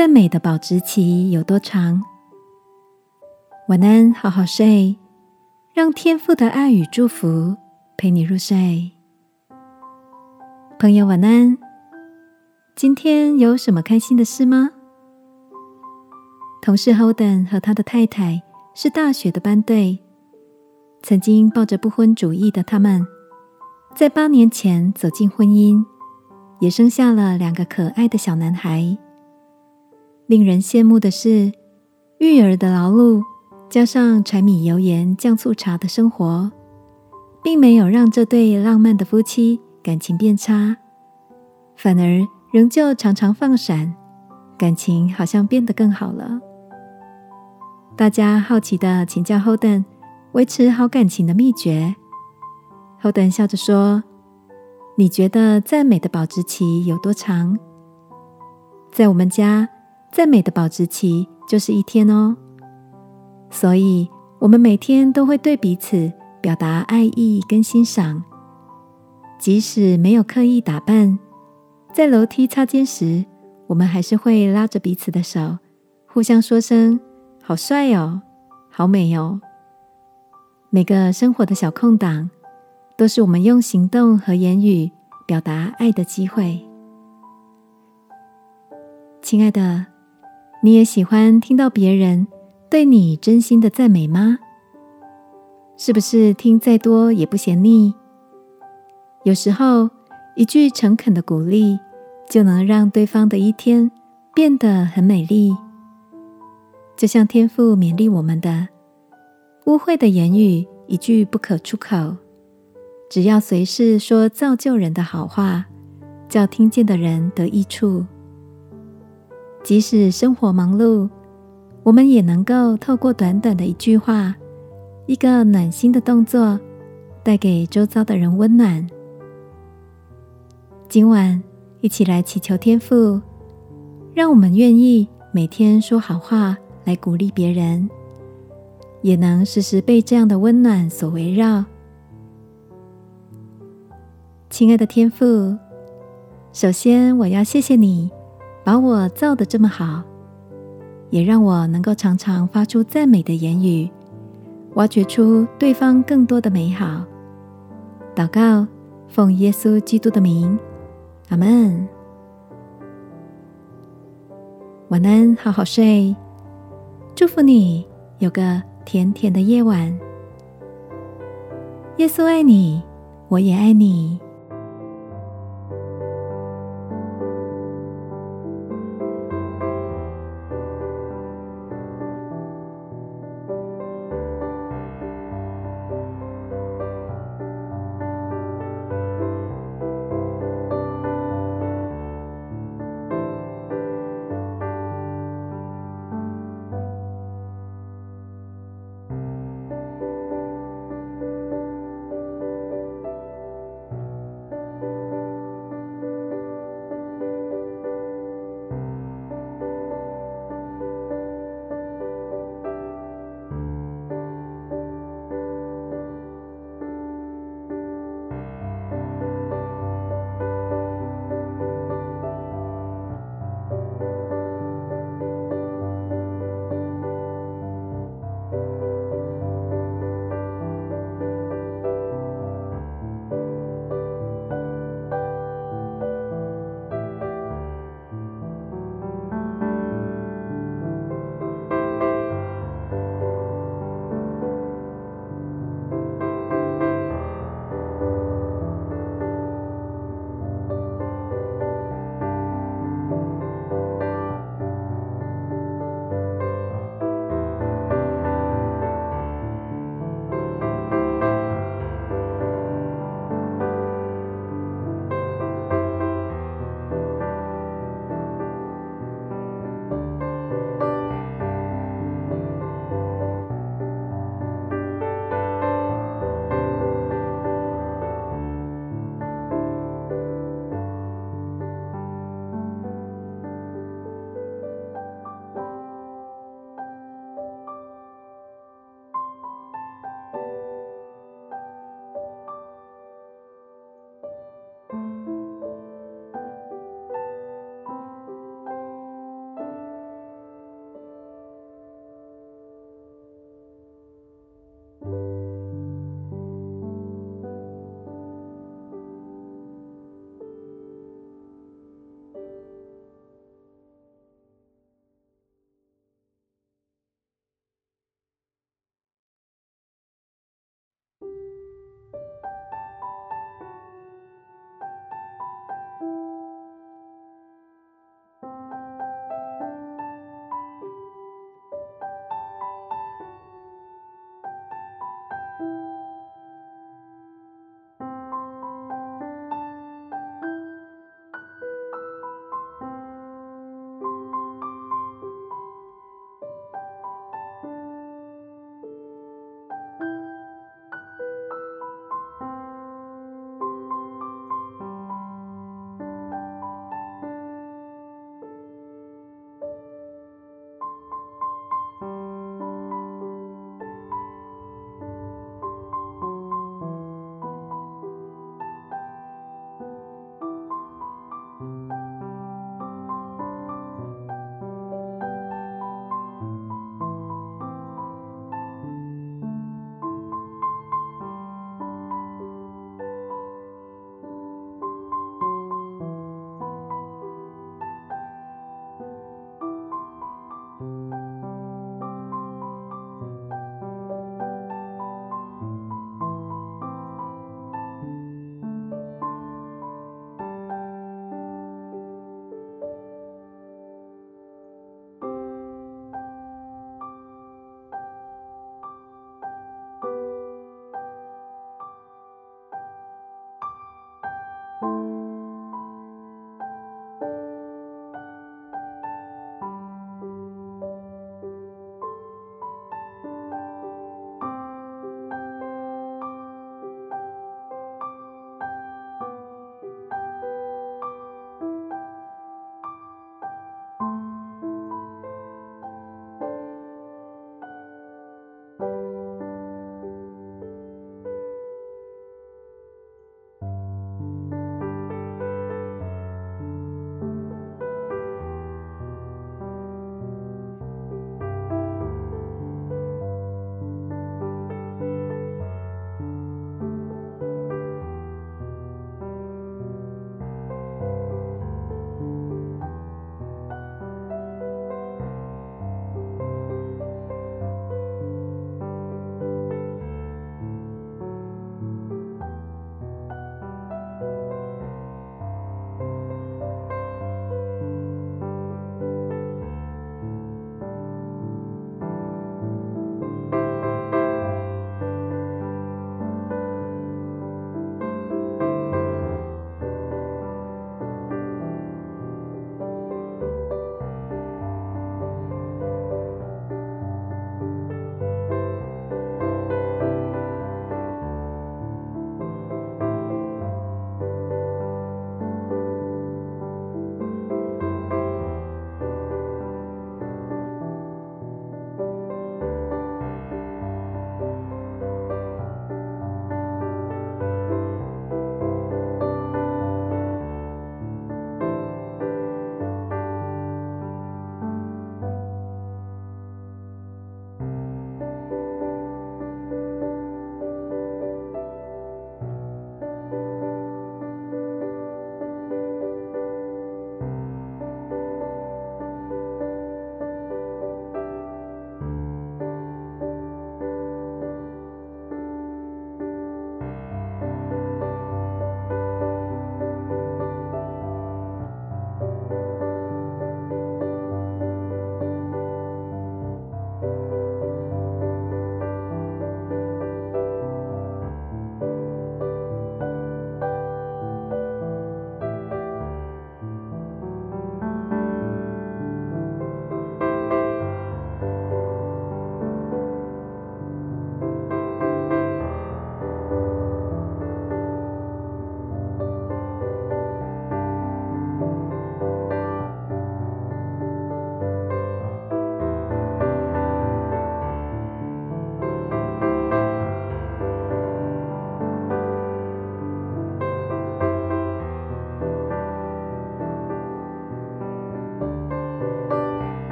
赞美的保质期有多长？晚安，好好睡，让天父的爱与祝福陪你入睡。朋友晚安，今天有什么开心的事吗？同事 Holden 和他的太太是大学的班队，曾经抱着不婚主义的他们，在8年前走进婚姻，也生下了2个可爱的小男孩。令人羡慕的是，育儿的劳碌加上柴米油盐酱醋茶的生活，并没有让这对浪漫的夫妻感情变差，反而仍旧常常放闪，感情好像变得更好了。大家好奇地请教 Holden 维持好感情的秘诀。Holden 笑着说，你觉得赞美的保质期有多长？在我们家，赞美的保质期就是1天哦。所以我们每天都会对彼此表达爱意跟欣赏，即使没有刻意打扮，在楼梯擦肩时，我们还是会拉着彼此的手，互相说声好帅哦，好美哦。每个生活的小空档，都是我们用行动和言语表达爱的机会。亲爱的，你也喜欢听到别人对你真心的赞美吗？是不是听再多也不嫌腻？有时候，一句诚恳的鼓励，就能让对方的一天变得很美丽。就像天父勉励我们的，污秽的言语一句不可出口，只要随时说造就人的好话，叫听见的人得益处。即使生活忙碌，我们也能够透过短短的一句话，一个暖心的动作，带给周遭的人温暖。今晚一起来祈求天父，让我们愿意每天说好话来鼓励别人，也能时时被这样的温暖所围绕。亲爱的天父，首先我要谢谢你把我造得这么好，也让我能够常常发出赞美的言语，挖掘出对方更多的美好。祷告，奉耶稣基督的名，阿们。晚安，好好睡，祝福你有个甜甜的夜晚。耶稣爱你，我也爱你。